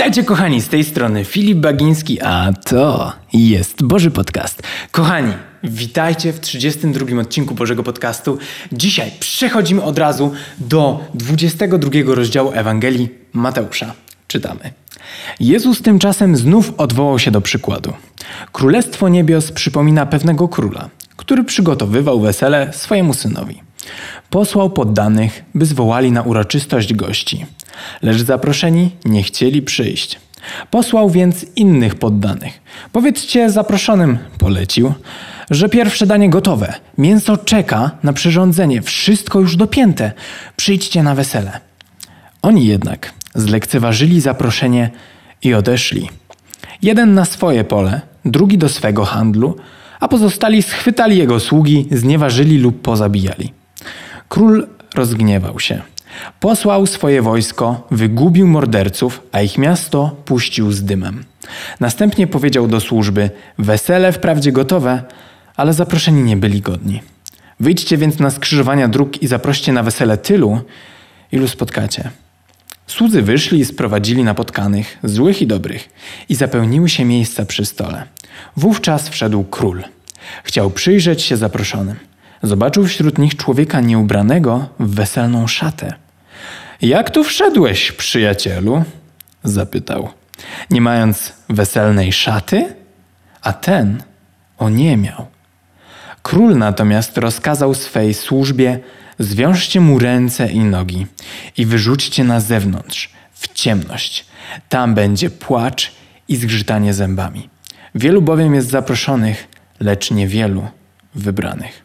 Witajcie kochani, z tej strony Filip Bagiński, a to jest Boży Podcast. Kochani, witajcie w 32 odcinku Bożego Podcastu. Dzisiaj przechodzimy od razu do 22 rozdziału Ewangelii Mateusza. Czytamy. Jezus tymczasem znów odwołał się do przykładu. Królestwo niebios przypomina pewnego króla, który przygotowywał wesele swojemu synowi. Posłał poddanych, by zwołali na uroczystość gości. Lecz zaproszeni nie chcieli przyjść. Posłał więc innych poddanych. Powiedzcie zaproszonym, polecił, że pierwsze danie gotowe. Mięso czeka na przyrządzenie. Wszystko już dopięte. Przyjdźcie na wesele. Oni jednak zlekceważyli zaproszenie i odeszli. Jeden na swoje pole, drugi do swego handlu, a pozostali schwytali jego sługi, znieważyli lub pozabijali. Król rozgniewał się. Posłał swoje wojsko, wygubił morderców, a ich miasto puścił z dymem. Następnie powiedział do służby: wesele wprawdzie gotowe, ale zaproszeni nie byli godni. Wyjdźcie więc na skrzyżowania dróg i zaproście na wesele tylu, ilu spotkacie. Słudzy wyszli i sprowadzili napotkanych, złych i dobrych, i zapełniły się miejsca przy stole. Wówczas wszedł król. Chciał przyjrzeć się zaproszonym. Zobaczył wśród nich człowieka nieubranego w weselną szatę. Jak tu wszedłeś, przyjacielu? Zapytał. Nie mając weselnej szaty? A ten oniemiał. Król natomiast rozkazał swej służbie: zwiążcie mu ręce i nogi i wyrzućcie na zewnątrz, w ciemność. Tam będzie płacz i zgrzytanie zębami. Wielu bowiem jest zaproszonych, lecz niewielu wybranych.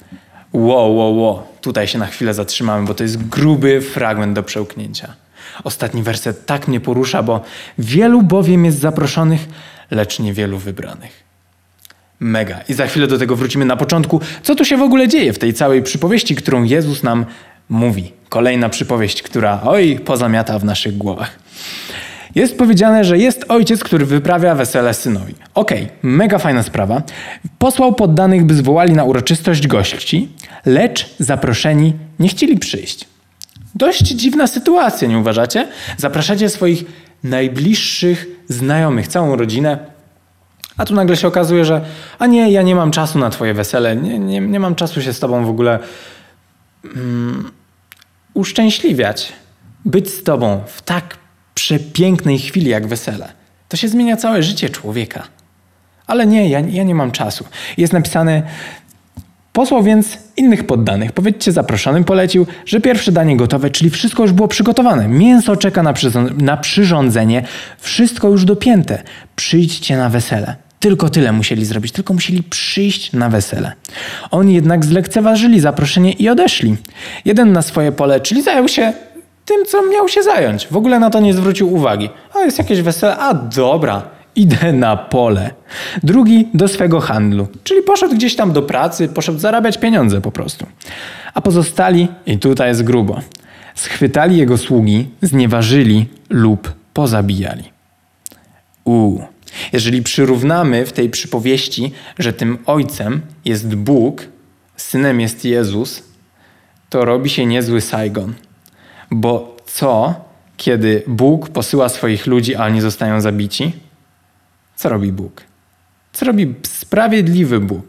Wow. Tutaj się na chwilę zatrzymamy, bo to jest gruby fragment do przełknięcia. Ostatni werset tak mnie porusza, bo wielu bowiem jest zaproszonych, lecz niewielu wybranych. Mega. I za chwilę do tego wrócimy. Na początku, co tu się w ogóle dzieje w tej całej przypowieści, którą Jezus nam mówi. Kolejna przypowieść, która pozamiata w naszych głowach. Jest powiedziane, że jest ojciec, który wyprawia wesele synowi. Mega fajna sprawa. Posłał poddanych, by zwołali na uroczystość gości, lecz zaproszeni nie chcieli przyjść. Dość dziwna sytuacja, nie uważacie? Zapraszacie swoich najbliższych znajomych, całą rodzinę, a tu nagle się okazuje, że ja nie mam czasu na twoje wesele, nie mam czasu się z tobą w ogóle uszczęśliwiać. Być z tobą w tak przepięknej chwili jak wesele. To się zmienia całe życie człowieka. Ale ja nie mam czasu. Jest napisane: posłał więc innych poddanych. Powiedzcie zaproszonym, polecił, że pierwsze danie gotowe, czyli wszystko już było przygotowane. Mięso czeka na przyrządzenie. Wszystko już dopięte. Przyjdźcie na wesele. Tylko tyle musieli zrobić. Tylko musieli przyjść na wesele. Oni jednak zlekceważyli zaproszenie i odeszli. Jeden na swoje pole, czyli zajął się tym, co miał się zająć. W ogóle na to nie zwrócił uwagi. Jest jakieś wesele, dobra, idę na pole. Drugi do swego handlu, czyli poszedł gdzieś tam do pracy, poszedł zarabiać pieniądze po prostu. A pozostali, i tutaj jest grubo, schwytali jego sługi, znieważyli lub pozabijali. Jeżeli przyrównamy w tej przypowieści, że tym ojcem jest Bóg, synem jest Jezus, to robi się niezły Saigon. Bo co, kiedy Bóg posyła swoich ludzi, a oni zostają zabici? Co robi Bóg? Co robi sprawiedliwy Bóg?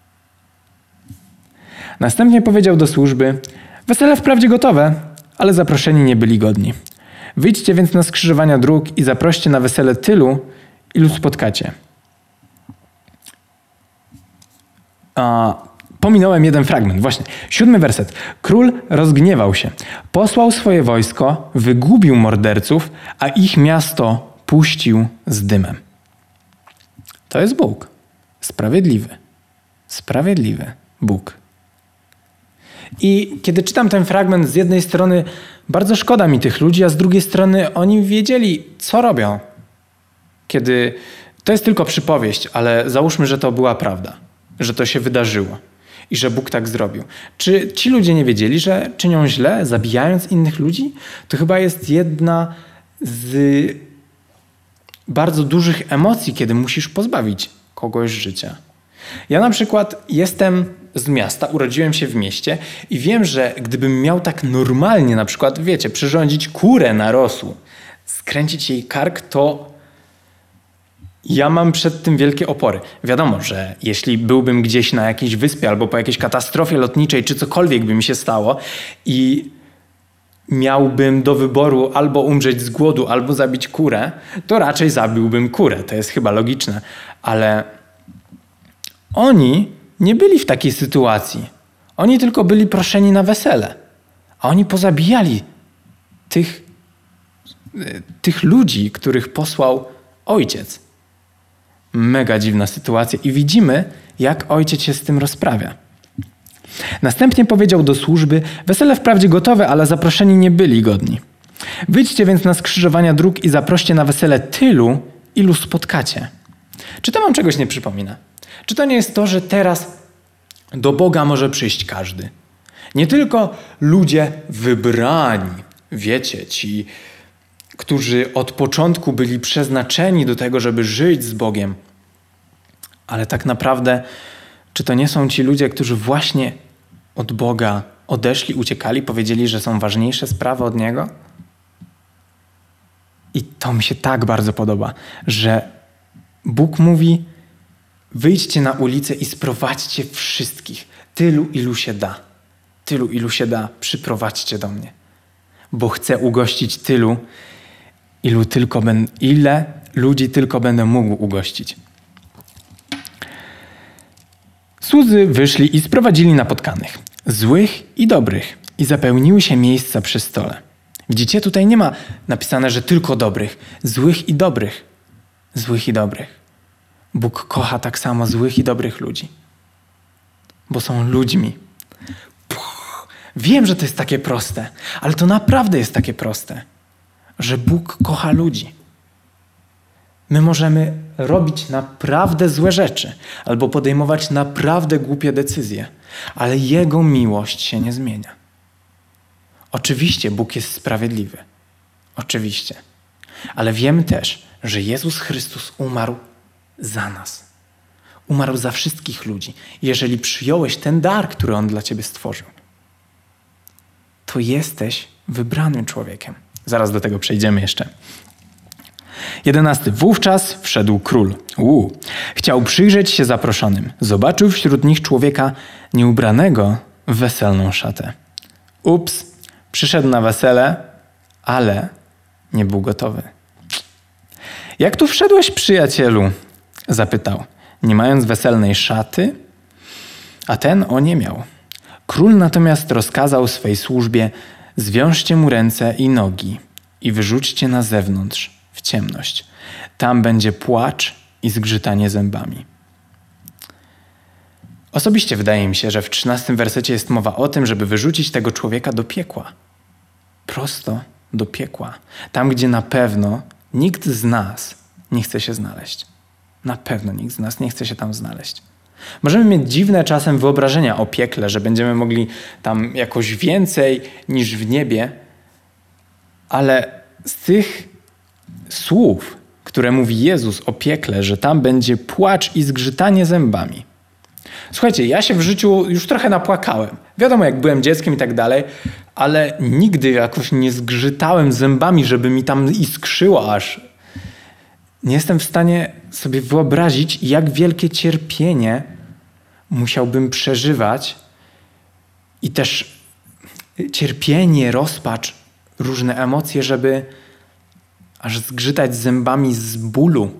Następnie powiedział do służby: wesele wprawdzie gotowe, ale zaproszeni nie byli godni. Wyjdźcie więc na skrzyżowania dróg i zaproście na wesele tylu, ilu spotkacie. Pominąłem jeden fragment, właśnie. 7 werset. Król rozgniewał się. Posłał swoje wojsko, wygubił morderców, a ich miasto puścił z dymem. To jest Bóg. Sprawiedliwy Bóg. I kiedy czytam ten fragment, z jednej strony bardzo szkoda mi tych ludzi, a z drugiej strony oni wiedzieli, co robią. Kiedy to jest tylko przypowieść, ale załóżmy, że to była prawda, że to się wydarzyło i że Bóg tak zrobił. Czy ci ludzie nie wiedzieli, że czynią źle, zabijając innych ludzi? To chyba jest jedna z bardzo dużych emocji, kiedy musisz pozbawić kogoś życia. Ja na przykład jestem z miasta, urodziłem się w mieście i wiem, że gdybym miał tak normalnie na przykład, przyrządzić kurę na rosół, skręcić jej kark, to ja mam przed tym wielkie opory. Wiadomo, że jeśli byłbym gdzieś na jakiejś wyspie albo po jakiejś katastrofie lotniczej, czy cokolwiek by mi się stało i miałbym do wyboru albo umrzeć z głodu, albo zabić kurę, to raczej zabiłbym kurę. To jest chyba logiczne. Ale oni nie byli w takiej sytuacji. Oni tylko byli proszeni na wesele. A oni pozabijali tych ludzi, których posłał ojciec. Mega dziwna sytuacja. I widzimy, jak ojciec się z tym rozprawia. Następnie powiedział do służby: wesele wprawdzie gotowe, ale zaproszeni nie byli godni. Wyjdźcie więc na skrzyżowania dróg i zaproście na wesele tylu, ilu spotkacie. Czy to wam czegoś nie przypomina? Czy to nie jest to, że teraz do Boga może przyjść każdy? Nie tylko ludzie wybrani, wiecie, ci, którzy od początku byli przeznaczeni do tego, żeby żyć z Bogiem, ale tak naprawdę, czy to nie są ci ludzie, którzy właśnie od Boga odeszli, uciekali, powiedzieli, że są ważniejsze sprawy od Niego? I to mi się tak bardzo podoba, że Bóg mówi: wyjdźcie na ulicę i sprowadźcie wszystkich. Tylu, ilu się da. Tylu, ilu się da, przyprowadźcie do mnie. Bo chcę ugościć tylu, ile ludzi tylko będę mógł ugościć. Słudzy wyszli i sprowadzili napotkanych, złych i dobrych, i zapełniły się miejsca przy stole. Widzicie, tutaj nie ma napisane, że tylko dobrych, złych i dobrych. Złych i dobrych. Bóg kocha tak samo złych i dobrych ludzi, bo są ludźmi. Wiem, że to jest takie proste, ale to naprawdę jest takie proste, że Bóg kocha ludzi. My możemy robić naprawdę złe rzeczy albo podejmować naprawdę głupie decyzje, ale Jego miłość się nie zmienia. Oczywiście Bóg jest sprawiedliwy. Oczywiście. Ale wiemy też, że Jezus Chrystus umarł za nas. Umarł za wszystkich ludzi. Jeżeli przyjąłeś ten dar, który On dla ciebie stworzył, to jesteś wybranym człowiekiem. Zaraz do tego przejdziemy jeszcze. 11. Wówczas wszedł król. Chciał przyjrzeć się zaproszonym. Zobaczył wśród nich człowieka nieubranego w weselną szatę. Przyszedł na wesele, ale nie był gotowy. Jak tu wszedłeś, przyjacielu? Zapytał, nie mając weselnej szaty? A ten oniemiał. Król natomiast rozkazał swej służbie: zwiążcie mu ręce i nogi i wyrzućcie na zewnątrz w ciemność. Tam będzie płacz i zgrzytanie zębami. Osobiście wydaje mi się, że w 13 wersecie jest mowa o tym, żeby wyrzucić tego człowieka do piekła. Prosto do piekła. Tam, gdzie na pewno nikt z nas nie chce się znaleźć. Na pewno nikt z nas nie chce się tam znaleźć. Możemy mieć dziwne czasem wyobrażenia o piekle, że będziemy mogli tam jakoś więcej niż w niebie, ale z tych słów, które mówi Jezus o piekle, że tam będzie płacz i zgrzytanie zębami. Słuchajcie, ja się w życiu już trochę napłakałem. Wiadomo, jak byłem dzieckiem i tak dalej, ale nigdy jakoś nie zgrzytałem zębami, żeby mi tam iskrzyło aż. Nie jestem w stanie sobie wyobrazić, jak wielkie cierpienie musiałbym przeżywać i też cierpienie, rozpacz, różne emocje, żeby aż zgrzytać zębami z bólu.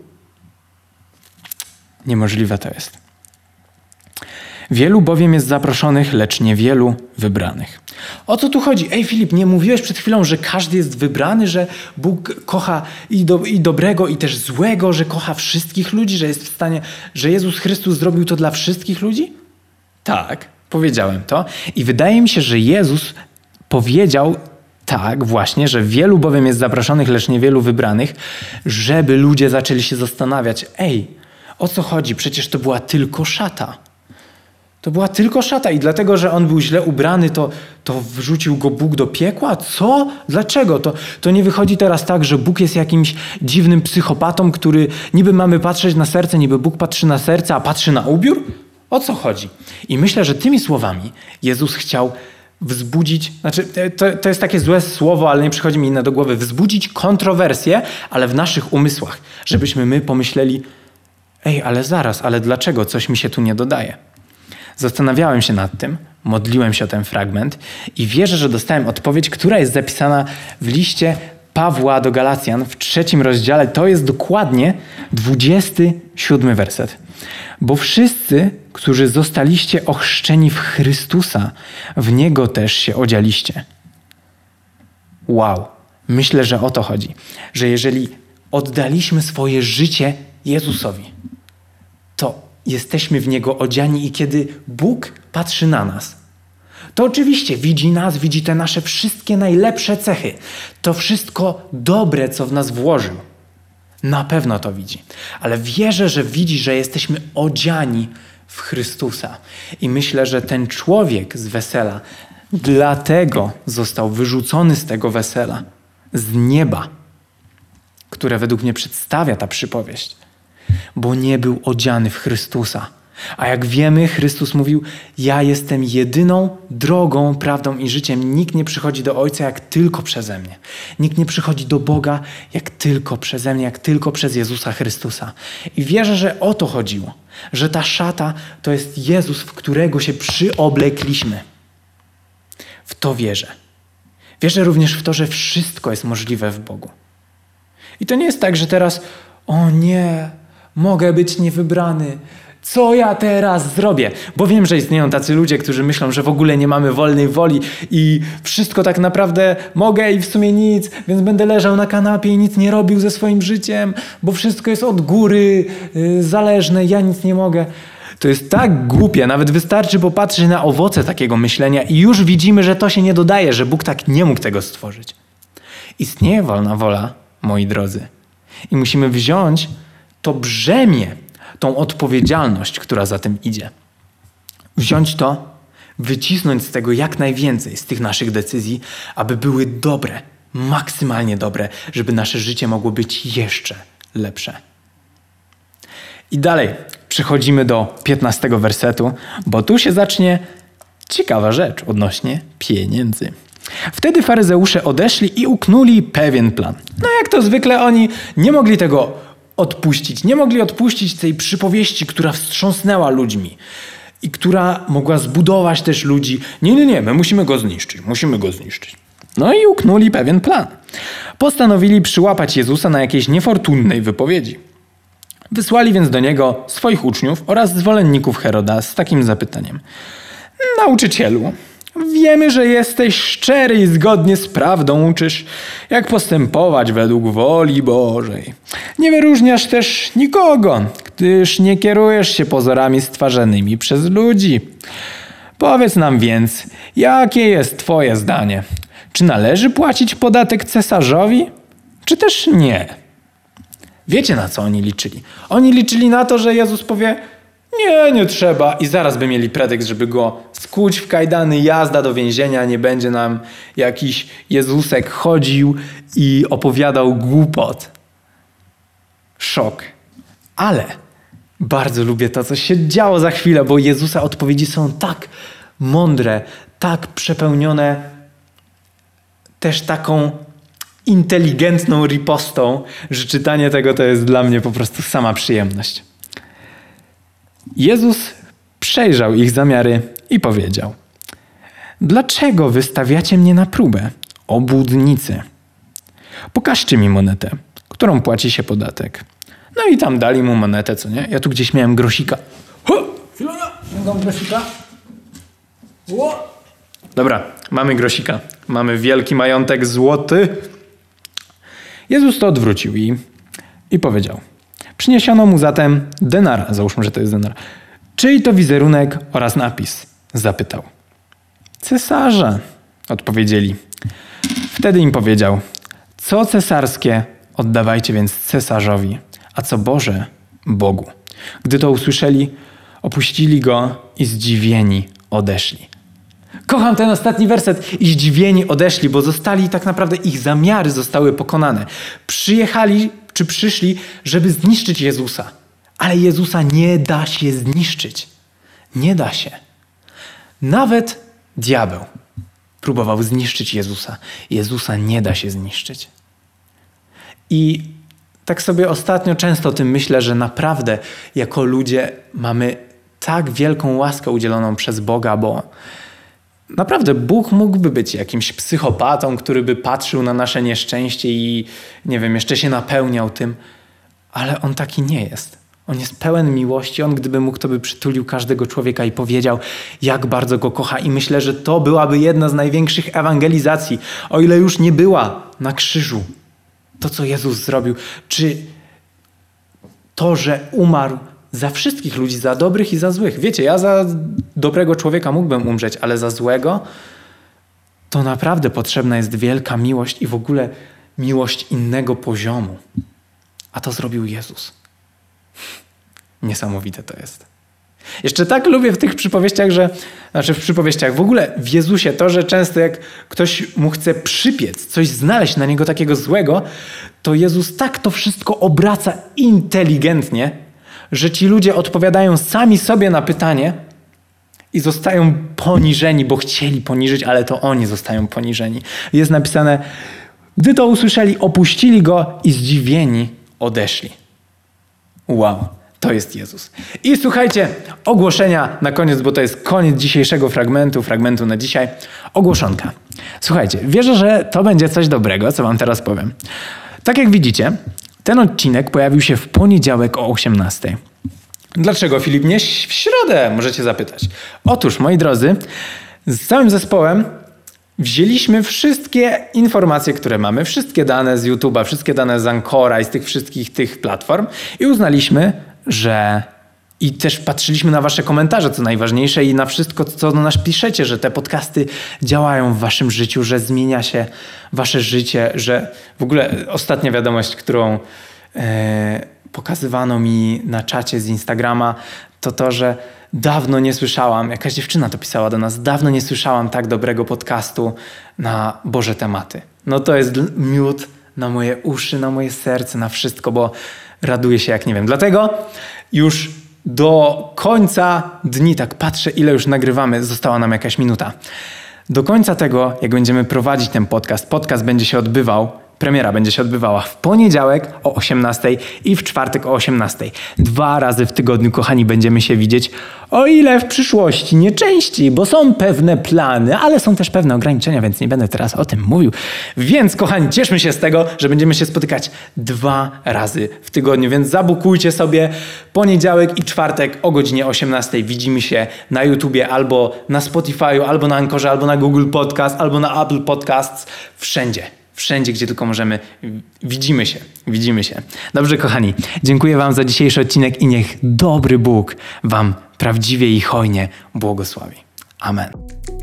Niemożliwe to jest. Wielu bowiem jest zaproszonych, lecz niewielu wybranych. O co tu chodzi? Ej, Filip, nie mówiłeś przed chwilą, że każdy jest wybrany, że Bóg kocha i dobrego, i też złego, że kocha wszystkich ludzi, że jest w stanie, że Jezus Chrystus zrobił to dla wszystkich ludzi? Tak, powiedziałem to. I wydaje mi się, że Jezus powiedział tak właśnie, że wielu bowiem jest zaproszonych, lecz niewielu wybranych, żeby ludzie zaczęli się zastanawiać: ej, o co chodzi? Przecież to była tylko szata. To była tylko szata i dlatego, że on był źle ubrany, to wrzucił go Bóg do piekła? Co? Dlaczego? To nie wychodzi teraz tak, że Bóg jest jakimś dziwnym psychopatą, który niby mamy patrzeć na serce, niby Bóg patrzy na serce, a patrzy na ubiór? O co chodzi? I myślę, że tymi słowami Jezus chciał wzbudzić, to jest takie złe słowo, ale nie przychodzi mi inne do głowy, wzbudzić kontrowersję, ale w naszych umysłach, żebyśmy my pomyśleli, ale zaraz, ale dlaczego coś mi się tu nie dodaje? Zastanawiałem się nad tym, modliłem się o ten fragment i wierzę, że dostałem odpowiedź, która jest zapisana w liście Pawła do Galacjan w 3 rozdziale. To jest dokładnie 27 werset. Bo wszyscy, którzy zostaliście ochrzczeni w Chrystusa, w Niego też się odzialiście. Wow, myślę, że o to chodzi. Że jeżeli oddaliśmy swoje życie Jezusowi, to jesteśmy w Niego odziani i kiedy Bóg patrzy na nas, to oczywiście widzi nas, widzi te nasze wszystkie najlepsze cechy. To wszystko dobre, co w nas włożył. Na pewno to widzi. Ale wierzę, że widzi, że jesteśmy odziani w Chrystusa. I myślę, że ten człowiek z wesela dlatego został wyrzucony z tego wesela, z nieba, które według mnie przedstawia ta przypowieść. Bo nie był odziany w Chrystusa. A jak wiemy, Chrystus mówił, ja jestem jedyną drogą, prawdą i życiem. Nikt nie przychodzi do Ojca jak tylko przeze mnie. Nikt nie przychodzi do Boga jak tylko przeze mnie, jak tylko przez Jezusa Chrystusa. I wierzę, że o to chodziło. Że ta szata to jest Jezus, w którego się przyoblekliśmy. W to wierzę. Wierzę również w to, że wszystko jest możliwe w Bogu. I to nie jest tak, że teraz, o nie, mogę być niewybrany. Co ja teraz zrobię? Bo wiem, że istnieją tacy ludzie, którzy myślą, że w ogóle nie mamy wolnej woli i wszystko tak naprawdę mogę i w sumie nic, więc będę leżał na kanapie i nic nie robił ze swoim życiem, bo wszystko jest od góry zależne, ja nic nie mogę. To jest tak głupie, nawet wystarczy popatrzeć na owoce takiego myślenia i już widzimy, że to się nie dodaje, że Bóg tak nie mógł tego stworzyć. Istnieje wolna wola, moi drodzy. I musimy wziąć to brzemię, tą odpowiedzialność, która za tym idzie. Wziąć to, wycisnąć z tego jak najwięcej z tych naszych decyzji, aby były dobre, maksymalnie dobre, żeby nasze życie mogło być jeszcze lepsze. I dalej przechodzimy do 15 wersetu, bo tu się zacznie ciekawa rzecz odnośnie pieniędzy. Wtedy faryzeusze odeszli i uknuli pewien plan. No jak to zwykle oni nie mogli tego odpuścić. Nie mogli odpuścić tej przypowieści, która wstrząsnęła ludźmi i która mogła zbudować też ludzi. Nie, my musimy go zniszczyć. No i uknuli pewien plan. Postanowili przyłapać Jezusa na jakiejś niefortunnej wypowiedzi. Wysłali więc do Niego swoich uczniów oraz zwolenników Heroda z takim zapytaniem. Nauczycielu, wiemy, że jesteś szczery i zgodnie z prawdą uczysz, jak postępować według woli Bożej. Nie wyróżniasz też nikogo, gdyż nie kierujesz się pozorami stwarzanymi przez ludzi. Powiedz nam więc, jakie jest Twoje zdanie? Czy należy płacić podatek cesarzowi, czy też nie? Wiecie, na co oni liczyli? Oni liczyli na to, że Jezus powie, nie trzeba i zaraz by mieli pretekst, żeby go skuć w kajdany, jazda do więzienia, nie będzie nam jakiś Jezusek chodził i opowiadał głupot. Szok. Ale bardzo lubię to, co się działo za chwilę, bo Jezusa odpowiedzi są tak mądre, tak przepełnione też taką inteligentną ripostą, że czytanie tego to jest dla mnie po prostu sama przyjemność. Jezus przejrzał ich zamiary i powiedział: dlaczego wystawiacie mnie na próbę, obłudnicy? Pokażcie mi monetę, którą płaci się podatek. No i tam dali mu monetę, co nie? Ja tu gdzieś miałem grosika. Mam grosika? Dobra, mamy grosika. Mamy wielki majątek złoty. Jezus to odwrócił i powiedział: przyniesiono mu zatem denara. Załóżmy, że to jest denar. Czyj to wizerunek oraz napis? Zapytał. Cesarza, odpowiedzieli. Wtedy im powiedział: co cesarskie oddawajcie więc cesarzowi, a co Boże Bogu. Gdy to usłyszeli, opuścili go i zdziwieni odeszli. Kocham ten ostatni werset. I zdziwieni odeszli, bo zostali tak naprawdę, ich zamiary zostały pokonane. Przyszli, żeby zniszczyć Jezusa. Ale Jezusa nie da się zniszczyć. Nie da się. Nawet diabeł próbował zniszczyć Jezusa. Jezusa nie da się zniszczyć. I tak sobie ostatnio często o tym myślę, że naprawdę jako ludzie mamy tak wielką łaskę udzieloną przez Boga, bo naprawdę Bóg mógłby być jakimś psychopatą, który by patrzył na nasze nieszczęście i nie wiem, jeszcze się napełniał tym, ale On taki nie jest. On jest pełen miłości. On, gdyby mógł, to by przytulił każdego człowieka i powiedział, jak bardzo go kocha. I myślę, że to byłaby jedna z największych ewangelizacji, o ile już nie była na krzyżu. To, co Jezus zrobił. Czy to, że umarł za wszystkich ludzi, za dobrych i za złych. Wiecie, ja za dobrego człowieka mógłbym umrzeć, ale za złego to naprawdę potrzebna jest wielka miłość i w ogóle miłość innego poziomu. A to zrobił Jezus. Niesamowite to jest. Jeszcze tak lubię w tych przypowieściach, w ogóle w Jezusie to, że często jak ktoś mu chce przypiec, coś znaleźć na niego takiego złego, to Jezus tak to wszystko obraca inteligentnie, że ci ludzie odpowiadają sami sobie na pytanie i zostają poniżeni, bo chcieli poniżyć, ale to oni zostają poniżeni. Jest napisane, gdy to usłyszeli, opuścili go i zdziwieni odeszli. Wow. To jest Jezus. I słuchajcie, ogłoszenia na koniec, bo to jest koniec dzisiejszego fragmentu na dzisiaj. Ogłoszonka. Słuchajcie, wierzę, że to będzie coś dobrego, co wam teraz powiem. Tak jak widzicie, ten odcinek pojawił się w poniedziałek o 18:00. Dlaczego, Filip, nie w środę? Możecie zapytać. Otóż, moi drodzy, z całym zespołem wzięliśmy wszystkie informacje, które mamy, wszystkie dane z YouTube'a, wszystkie dane z Anchora i z tych wszystkich tych platform i uznaliśmy, że i też patrzyliśmy na wasze komentarze, co najważniejsze i na wszystko, co do nas piszecie, że te podcasty działają w waszym życiu, że zmienia się wasze życie, że w ogóle ostatnia wiadomość, którą pokazywano mi na czacie z Instagrama, to, że dawno nie słyszałam, jakaś dziewczyna to pisała do nas, dawno nie słyszałam tak dobrego podcastu na Boże tematy. No to jest miód na moje uszy, na moje serce, na wszystko, bo raduję się jak nie wiem. Dlatego już do końca dni, tak patrzę ile już nagrywamy, została nam jakaś minuta. Do końca tego, jak będziemy prowadzić ten podcast będzie się odbywał, premiera będzie się odbywała w poniedziałek o 18:00 i w czwartek o 18:00. 2 razy w tygodniu, kochani, będziemy się widzieć, o ile w przyszłości nie częściej, bo są pewne plany, ale są też pewne ograniczenia, więc nie będę teraz o tym mówił. Więc, kochani, cieszmy się z tego, że będziemy się spotykać 2 razy w tygodniu, więc zabukujcie sobie poniedziałek i czwartek o godzinie 18:00. Widzimy się na YouTubie albo na Spotify'u, albo na Anchorze, albo na Google Podcast, albo na Apple Podcasts. Wszędzie, gdzie tylko możemy. Widzimy się. Dobrze, kochani, dziękuję wam za dzisiejszy odcinek i niech dobry Bóg wam prawdziwie i hojnie błogosławi. Amen.